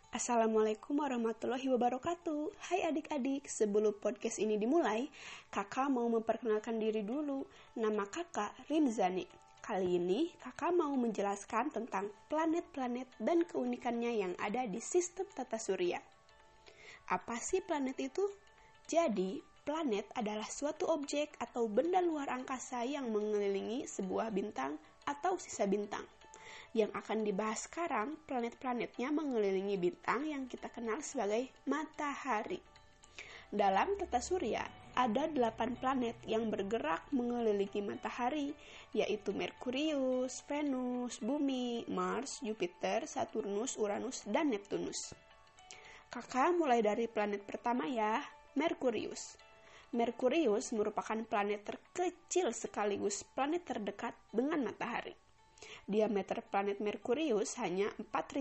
Assalamualaikum warahmatullahi wabarakatuh. Hai adik-adik, sebelum podcast ini dimulai, kakak mau memperkenalkan diri dulu. Nama kakak Rimzani. Kali ini kakak mau menjelaskan tentang planet-planet dan keunikannya yang ada di sistem tata surya. Apa sih planet itu? Jadi, planet adalah suatu objek atau benda luar angkasa yang mengelilingi sebuah bintang atau sisa bintang. Yang akan dibahas sekarang, planet-planetnya mengelilingi bintang yang kita kenal sebagai matahari. Dalam tata surya, ada 8 planet yang bergerak mengelilingi matahari, yaitu Merkurius, Venus, Bumi, Mars, Jupiter, Saturnus, Uranus, dan Neptunus. Kakak mulai dari planet pertama ya, Merkurius. Merkurius merupakan planet terkecil sekaligus planet terdekat dengan matahari. Diameter planet Merkurius hanya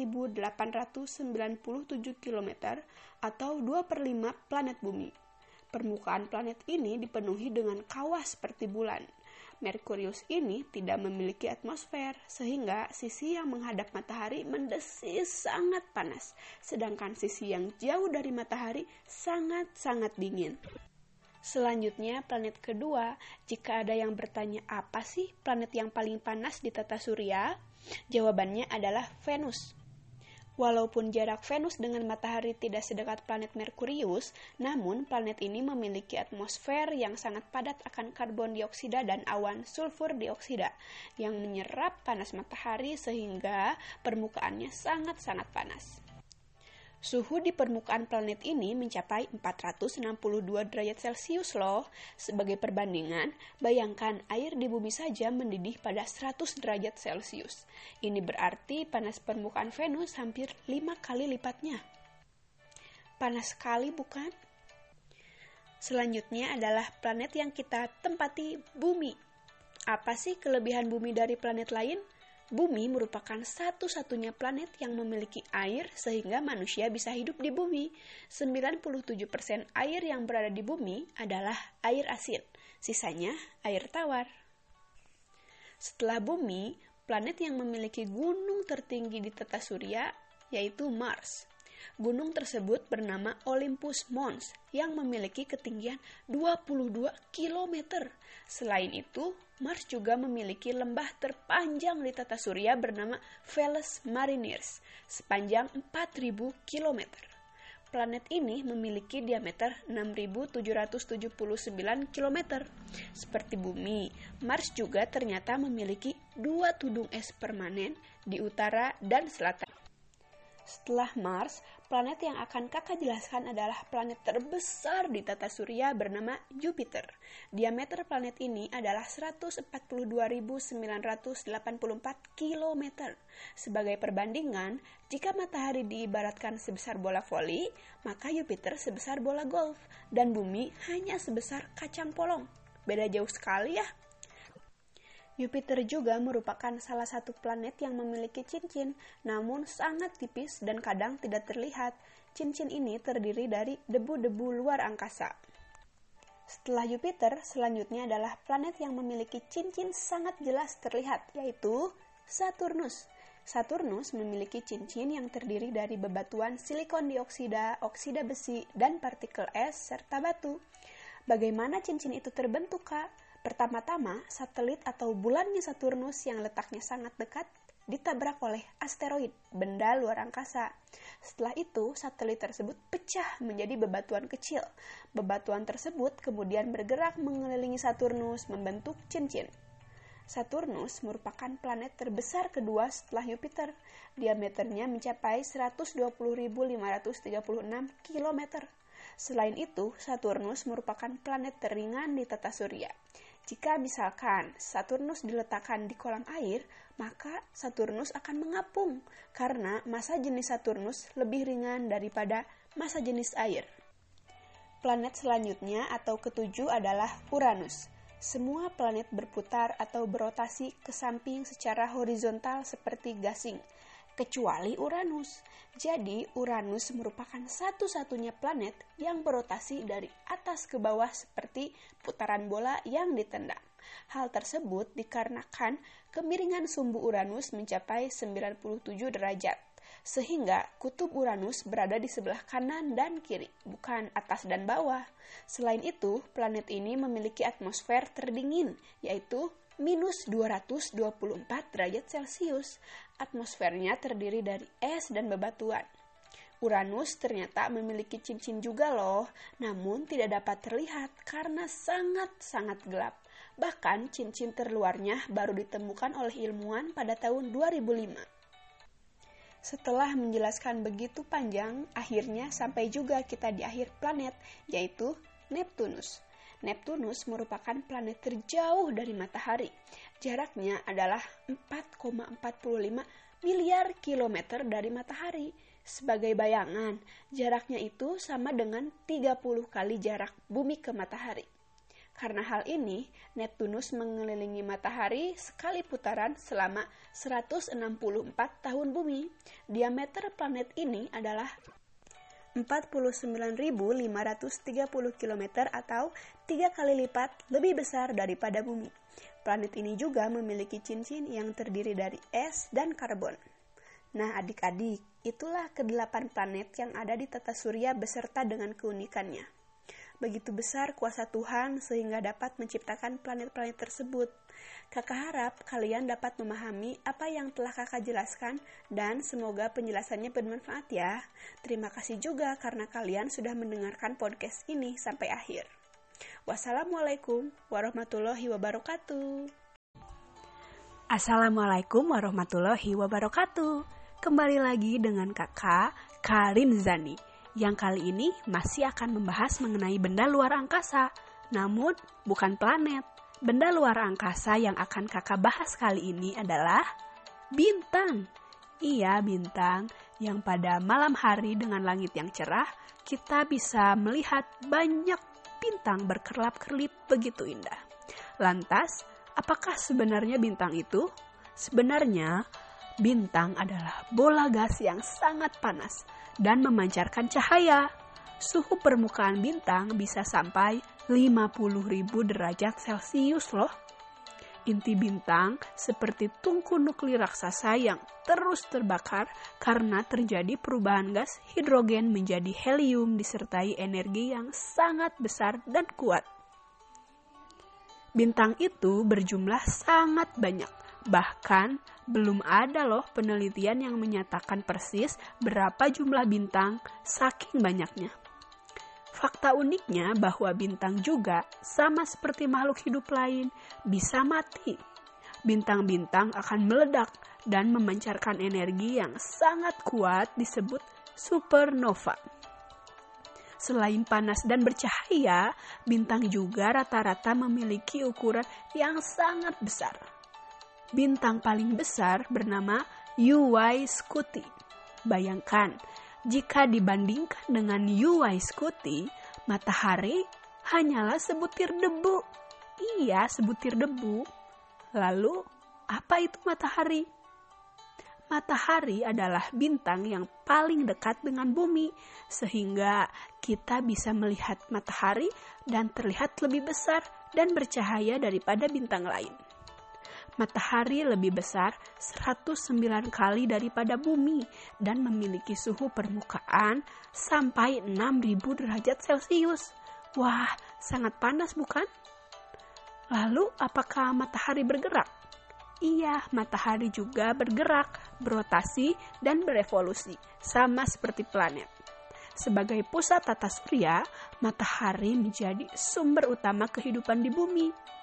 4.897 km atau 2/5 planet bumi. Permukaan planet ini dipenuhi dengan kawah seperti bulan. Merkurius ini tidak memiliki atmosfer, sehingga sisi yang menghadap matahari mendesis sangat panas, sedangkan sisi yang jauh dari matahari sangat-sangat dingin. Selanjutnya, planet kedua. Jika ada yang bertanya apa sih planet yang paling panas di tata surya? Jawabannya adalah Venus. Walaupun jarak Venus dengan matahari tidak sedekat planet Merkurius, namun planet ini memiliki atmosfer yang sangat padat akan karbon dioksida dan awan sulfur dioksida yang menyerap panas matahari sehingga permukaannya sangat-sangat panas. Suhu di permukaan planet ini mencapai 462 derajat Celcius loh. Sebagai perbandingan, bayangkan air di bumi saja mendidih pada 100 derajat Celcius. Ini berarti panas permukaan Venus hampir 5 kali lipatnya. Panas sekali bukan? Selanjutnya adalah planet yang kita tempati, Bumi. Apa sih kelebihan Bumi dari planet lain? Bumi merupakan satu-satunya planet yang memiliki air sehingga manusia bisa hidup di bumi. 97% air yang berada di bumi adalah air asin, sisanya air tawar. Setelah bumi, planet yang memiliki gunung tertinggi di tata surya yaitu Mars. Gunung tersebut bernama Olympus Mons yang memiliki ketinggian 22 km. Selain itu, Mars juga memiliki lembah terpanjang di tata surya bernama Valles Marineris sepanjang 4.000 km. Planet ini memiliki diameter 6.779 km. Seperti Bumi, Mars juga ternyata memiliki 2 tudung es permanen di utara dan selatan. Setelah Mars, planet yang akan kakak jelaskan adalah planet terbesar di tata surya bernama Jupiter. Diameter planet ini adalah 142.984 km. Sebagai perbandingan, jika matahari diibaratkan sebesar bola voli, maka Jupiter sebesar bola golf, dan Bumi hanya sebesar kacang polong. Beda jauh sekali ya. Jupiter juga merupakan salah satu planet yang memiliki cincin, namun sangat tipis dan kadang tidak terlihat. Cincin ini terdiri dari debu-debu luar angkasa. Setelah Jupiter, selanjutnya adalah planet yang memiliki cincin sangat jelas terlihat, yaitu Saturnus. Saturnus memiliki cincin yang terdiri dari bebatuan silikon dioksida, oksida besi, dan partikel es serta batu. Bagaimana cincin itu terbentuk, Kak? Pertama-tama, satelit atau bulannya Saturnus yang letaknya sangat dekat ditabrak oleh asteroid, benda luar angkasa. Setelah itu, satelit tersebut pecah menjadi bebatuan kecil. Bebatuan tersebut kemudian bergerak mengelilingi Saturnus membentuk cincin. Saturnus merupakan planet terbesar kedua setelah Jupiter. Diameternya mencapai 120.536 km. Selain itu, Saturnus merupakan planet teringan di tata surya. Jika misalkan Saturnus diletakkan di kolam air, maka Saturnus akan mengapung karena massa jenis Saturnus lebih ringan daripada massa jenis air. Planet selanjutnya atau ketujuh adalah Uranus. Semua planet berputar atau berotasi ke samping secara horizontal seperti gasing, kecuali Uranus. Jadi, Uranus merupakan satu-satunya planet yang berotasi dari atas ke bawah seperti putaran bola yang ditendang. Hal tersebut dikarenakan kemiringan sumbu Uranus mencapai 97 derajat. sehingga kutub Uranus berada di sebelah kanan dan kiri, bukan atas dan bawah. Selain itu, planet ini memiliki atmosfer terdingin, yaitu minus 224 derajat Celcius. Atmosfernya terdiri dari es dan bebatuan. Uranus ternyata memiliki cincin juga loh, namun tidak dapat terlihat karena sangat-sangat gelap. Bahkan cincin terluarnya baru ditemukan oleh ilmuwan pada tahun 2005. Setelah menjelaskan begitu panjang, akhirnya sampai juga kita di akhir planet, yaitu Neptunus. Neptunus merupakan planet terjauh dari matahari. Jaraknya adalah 4,45 miliar kilometer dari matahari. Sebagai bayangan, jaraknya itu sama dengan 30 kali jarak bumi ke matahari. Karena hal ini, Neptunus mengelilingi matahari sekali putaran selama 164 tahun bumi. Diameter planet ini adalah 49.530 km atau 3 kali lipat lebih besar daripada bumi. Planet ini juga memiliki cincin yang terdiri dari es dan karbon. Nah adik-adik, itulah ke-8 planet yang ada di tata surya beserta dengan keunikannya. Begitu besar kuasa Tuhan sehingga dapat menciptakan planet-planet tersebut. Kakak harap kalian dapat memahami apa yang telah kakak jelaskan dan semoga penjelasannya bermanfaat ya. Terima kasih juga karena kalian sudah mendengarkan podcast ini sampai akhir. Wassalamualaikum warahmatullahi wabarakatuh. Assalamualaikum warahmatullahi wabarakatuh. Kembali lagi dengan kakak Karin Zani, yang kali ini masih akan membahas mengenai benda luar angkasa, namun bukan planet. Benda luar angkasa yang akan kakak bahas kali ini adalah bintang. Iya, bintang yang pada malam hari dengan langit yang cerah, kita bisa melihat banyak bintang berkerlap-kerlip begitu indah. Lantas, apakah sebenarnya bintang itu? Sebenarnya, bintang adalah bola gas yang sangat panas dan memancarkan cahaya. Suhu permukaan bintang bisa sampai 50.000 derajat Celcius loh. Inti bintang seperti tungku nuklir raksasa yang terus terbakar karena terjadi perubahan gas hidrogen menjadi helium disertai energi yang sangat besar dan kuat. Bintang itu berjumlah sangat banyak. Bahkan belum ada loh penelitian yang menyatakan persis berapa jumlah bintang saking banyaknya. Fakta uniknya bahwa bintang juga sama seperti makhluk hidup lain bisa mati. Bintang-bintang akan meledak dan memancarkan energi yang sangat kuat disebut supernova. Selain panas dan bercahaya, bintang juga rata-rata memiliki ukuran yang sangat besar. Bintang paling besar bernama UY Scuti. Bayangkan, jika dibandingkan dengan UY Scuti, matahari hanyalah sebutir debu. Iya, sebutir debu. Lalu, apa itu matahari? Matahari adalah bintang yang paling dekat dengan bumi, sehingga kita bisa melihat matahari dan terlihat lebih besar dan bercahaya daripada bintang lain. Matahari lebih besar 109 kali daripada bumi dan memiliki suhu permukaan sampai 6.000 derajat Celcius. Wah, sangat panas bukan? Lalu, apakah matahari bergerak? Iya, matahari juga bergerak, berotasi, dan berevolusi, sama seperti planet. Sebagai pusat tata surya, matahari menjadi sumber utama kehidupan di bumi.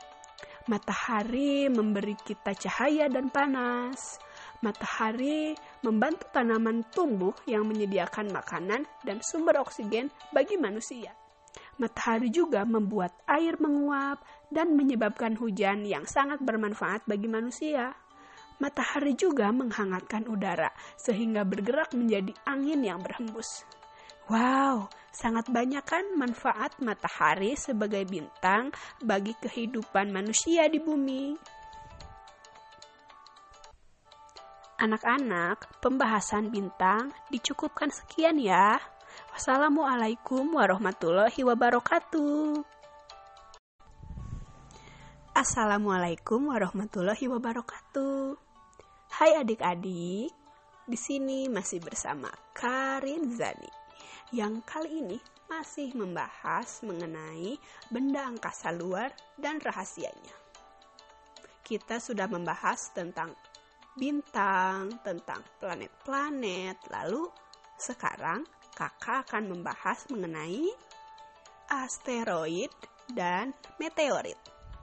Matahari memberi kita cahaya dan panas. Matahari membantu tanaman tumbuh yang menyediakan makanan dan sumber oksigen bagi manusia. Matahari juga membuat air menguap dan menyebabkan hujan yang sangat bermanfaat bagi manusia. Matahari juga menghangatkan udara sehingga bergerak menjadi angin yang berhembus. Wow, sangat banyak kan manfaat matahari sebagai bintang bagi kehidupan manusia di bumi. Anak-anak, pembahasan bintang dicukupkan sekian ya. Wassalamualaikum warahmatullahi wabarakatuh. Assalamualaikum warahmatullahi wabarakatuh. Hai adik-adik, Di sini masih bersama Karin Zani yang kali ini masih membahas mengenai benda angkasa luar dan rahasianya. Kita sudah membahas tentang bintang, tentang planet-planet, lalu sekarang kakak akan membahas mengenai asteroid dan meteorit.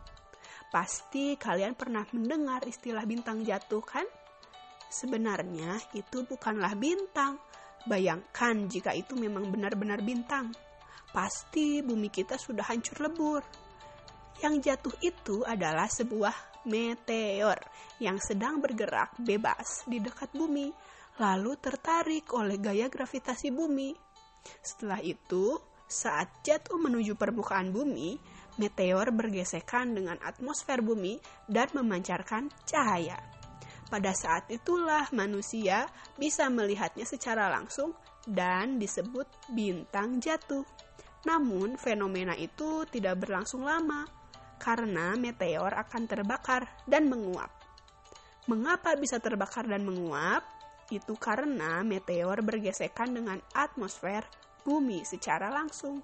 Pasti kalian pernah mendengar istilah bintang jatuh kan? Sebenarnya itu bukanlah bintang. Bayangkan jika itu memang benar-benar bintang. Pasti bumi kita sudah hancur lebur. Yang jatuh itu adalah sebuah meteor yang sedang bergerak bebas di dekat bumi, lalu tertarik oleh gaya gravitasi bumi. Setelah itu, saat jatuh menuju permukaan bumi, meteor bergesekan dengan atmosfer bumi dan memancarkan cahaya. Pada saat itulah manusia bisa melihatnya secara langsung dan disebut bintang jatuh. Namun fenomena itu tidak berlangsung lama karena meteor akan terbakar dan menguap. Mengapa bisa terbakar dan menguap? Itu karena meteor bergesekan dengan atmosfer bumi secara langsung.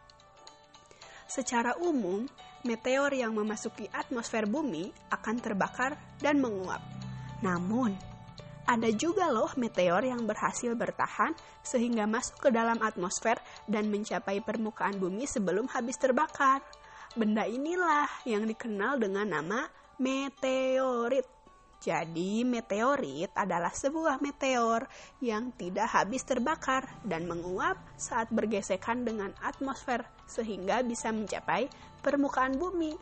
Secara umum, meteor yang memasuki atmosfer bumi akan terbakar dan menguap. Namun, ada juga loh meteor yang berhasil bertahan sehingga masuk ke dalam atmosfer dan mencapai permukaan bumi sebelum habis terbakar. Benda inilah yang dikenal dengan nama meteorit. Jadi, meteorit adalah sebuah meteor yang tidak habis terbakar dan menguap saat bergesekan dengan atmosfer sehingga bisa mencapai permukaan bumi.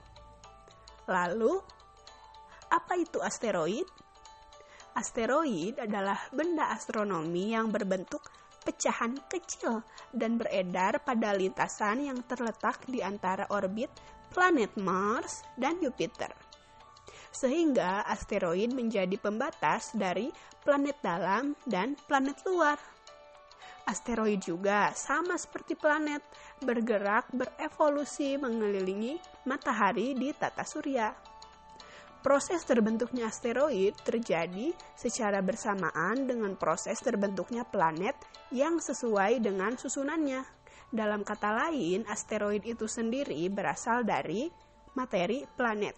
Lalu, apa itu asteroid? Asteroid adalah benda astronomi yang berbentuk pecahan kecil dan beredar pada lintasan yang terletak di antara orbit planet Mars dan Jupiter. Sehingga asteroid menjadi pembatas dari planet dalam dan planet luar. Asteroid juga sama seperti planet, bergerak berevolusi mengelilingi matahari di tata surya. Proses terbentuknya asteroid terjadi secara bersamaan dengan proses terbentuknya planet yang sesuai dengan susunannya. Dalam kata lain, asteroid itu sendiri berasal dari materi planet.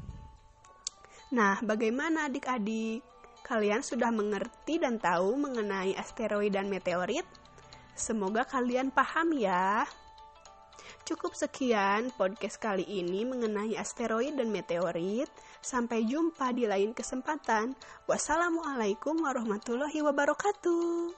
Nah, bagaimana adik-adik? Kalian sudah mengerti dan tahu mengenai asteroid dan meteorit? Semoga kalian paham ya. Cukup sekian podcast kali ini mengenai asteroid dan meteorit. Sampai jumpa di lain kesempatan. Wassalamualaikum warahmatullahi wabarakatuh.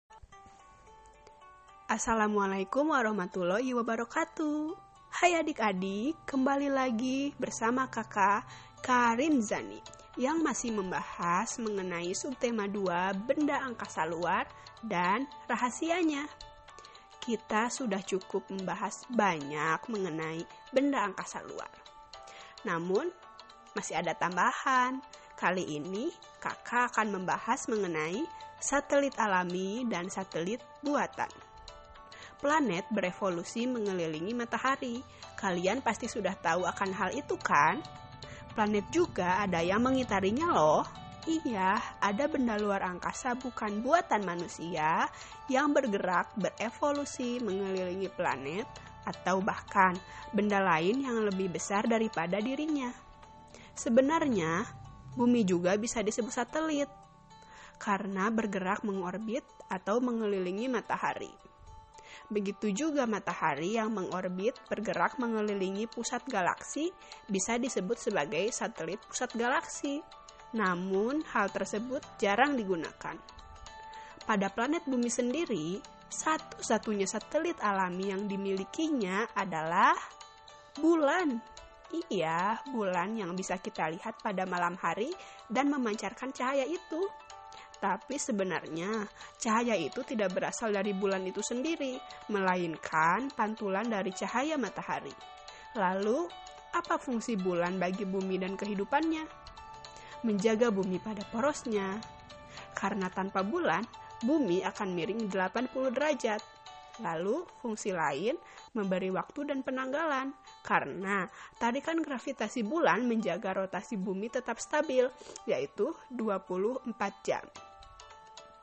Assalamualaikum warahmatullahi wabarakatuh. Hai adik-adik, kembali lagi bersama kakak Karin Zani yang masih membahas mengenai subtema 2 benda angkasa luar dan rahasianya. Kita sudah cukup membahas banyak mengenai benda angkasa luar. Namun, masih ada tambahan. Kali ini, kakak akan membahas mengenai satelit alami dan satelit buatan. Planet berevolusi mengelilingi matahari. Kalian pasti sudah tahu akan hal itu kan? Planet juga ada yang mengitarinya loh. Iya, ada benda luar angkasa bukan buatan manusia yang bergerak berevolusi mengelilingi planet atau bahkan benda lain yang lebih besar daripada dirinya. Sebenarnya, bumi juga bisa disebut satelit karena bergerak mengorbit atau mengelilingi matahari. Begitu juga matahari yang mengorbit bergerak mengelilingi pusat galaksi bisa disebut sebagai satelit pusat galaksi. Namun, hal tersebut jarang digunakan. Pada planet bumi sendiri, satu-satunya satelit alami yang dimilikinya adalah bulan. Iya, bulan yang bisa kita lihat pada malam hari dan memancarkan cahaya itu. Tapi sebenarnya, cahaya itu tidak berasal dari bulan itu sendiri, melainkan pantulan dari cahaya matahari. Lalu, apa fungsi bulan bagi bumi dan kehidupannya? Menjaga bumi pada porosnya. Karena tanpa bulan, bumi akan miring 80 derajat. Lalu, fungsi lain memberi waktu dan penanggalan. Karena tarikan gravitasi bulan menjaga rotasi bumi tetap stabil, yaitu 24 jam.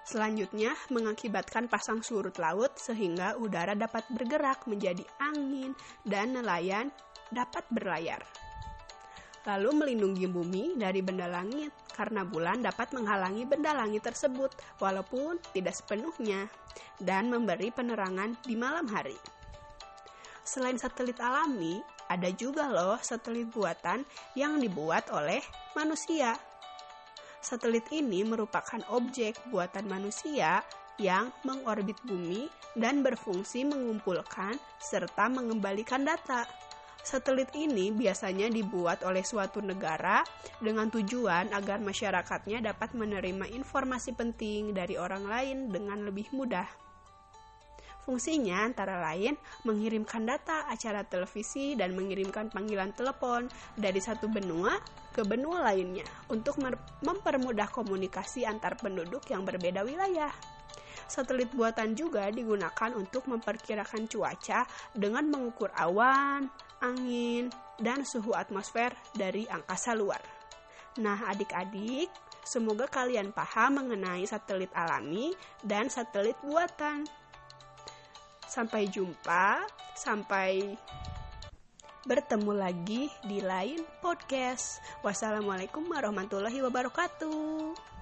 Selanjutnya, mengakibatkan pasang surut laut sehingga udara dapat bergerak menjadi angin dan nelayan dapat berlayar. Lalu melindungi bumi dari benda langit, karena bulan dapat menghalangi benda langit tersebut walaupun tidak sepenuhnya, dan memberi penerangan di malam hari. Selain satelit alami, ada juga loh satelit buatan yang dibuat oleh manusia. Satelit ini merupakan objek buatan manusia yang mengorbit bumi dan berfungsi mengumpulkan serta mengembalikan data. Satelit ini biasanya dibuat oleh suatu negara dengan tujuan agar masyarakatnya dapat menerima informasi penting dari orang lain dengan lebih mudah. Fungsinya antara lain mengirimkan data acara televisi dan mengirimkan panggilan telepon dari satu benua ke benua lainnya untuk mempermudah komunikasi antar penduduk yang berbeda wilayah. Satelit buatan juga digunakan untuk memperkirakan cuaca dengan mengukur awan, angin, dan suhu atmosfer dari angkasa luar. Nah, adik-adik, semoga kalian paham mengenai satelit alami dan satelit buatan. Sampai jumpa, sampai bertemu lagi di lain podcast. Wassalamualaikum warahmatullahi wabarakatuh.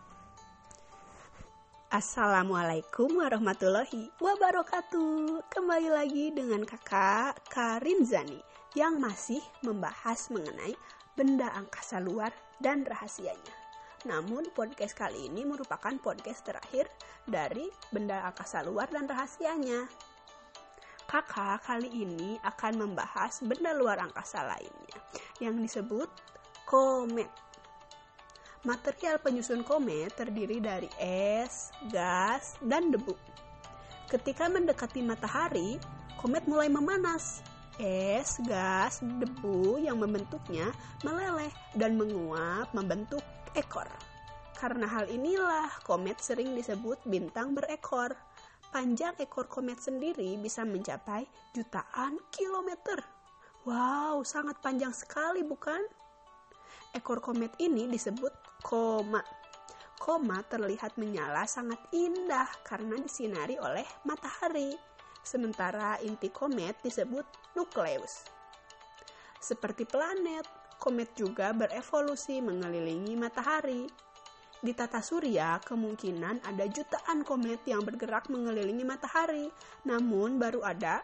Assalamualaikum warahmatullahi wabarakatuh. Kembali lagi dengan kakak Karin Zani yang masih membahas mengenai benda angkasa luar dan rahasianya. Namun podcast kali ini merupakan podcast terakhir dari benda angkasa luar dan rahasianya. Kakak kali ini akan membahas benda luar angkasa lainnya yang disebut komet. Material penyusun komet terdiri dari es, gas, dan debu. Ketika mendekati matahari, komet mulai memanas. Es, gas, debu yang membentuknya meleleh dan menguap membentuk ekor. Karena hal inilah komet sering disebut bintang berekor. Panjang ekor komet sendiri bisa mencapai jutaan kilometer. Wow, sangat panjang sekali bukan? Ekor komet ini disebut koma. Koma terlihat menyala sangat indah karena disinari oleh matahari. Sementara inti komet disebut nukleus. Seperti planet, komet juga berevolusi mengelilingi matahari. Di tata surya, kemungkinan ada jutaan komet yang bergerak mengelilingi matahari. Namun baru ada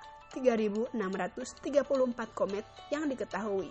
3.634 komet yang diketahui.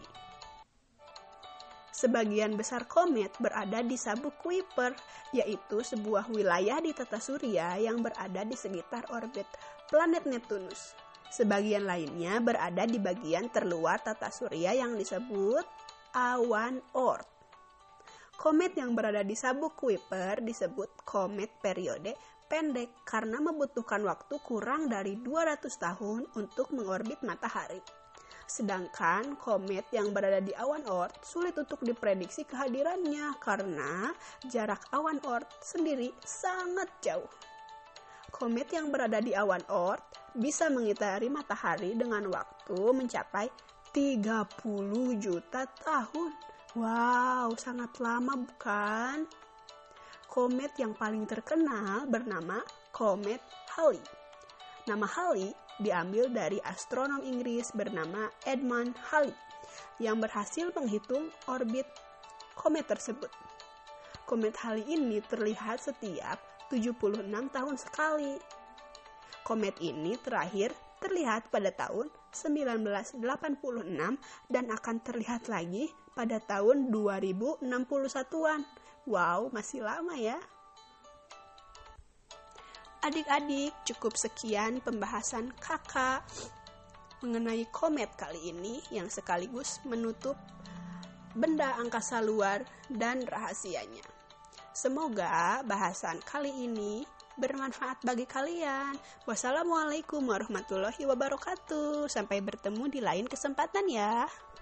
Sebagian besar komet berada di sabuk Kuiper, yaitu sebuah wilayah di tata surya yang berada di sekitar orbit planet Neptunus. Sebagian lainnya berada di bagian terluar tata surya yang disebut awan Oort. Komet yang berada di sabuk Kuiper disebut komet periode pendek karena membutuhkan waktu kurang dari 200 tahun untuk mengorbit matahari. Sedangkan komet yang berada di awan Oort sulit untuk diprediksi kehadirannya karena jarak awan Oort sendiri sangat jauh. Komet yang berada di awan Oort bisa mengitari matahari dengan waktu mencapai 30 juta tahun. Wow, sangat lama bukan? Komet yang paling terkenal bernama komet Halley. Nama Halley diambil dari astronom Inggris bernama Edmund Halley yang berhasil menghitung orbit komet tersebut. Komet Halley ini terlihat setiap 76 tahun sekali. Komet ini terakhir terlihat pada tahun 1986 dan akan terlihat lagi pada tahun 2061-an. Wow, masih lama ya. Adik-adik, cukup sekian pembahasan kakak mengenai komet kali ini yang sekaligus menutup benda angkasa luar dan rahasianya. Semoga bahasan kali ini bermanfaat bagi kalian. Wassalamualaikum warahmatullahi wabarakatuh. Sampai bertemu di lain kesempatan ya.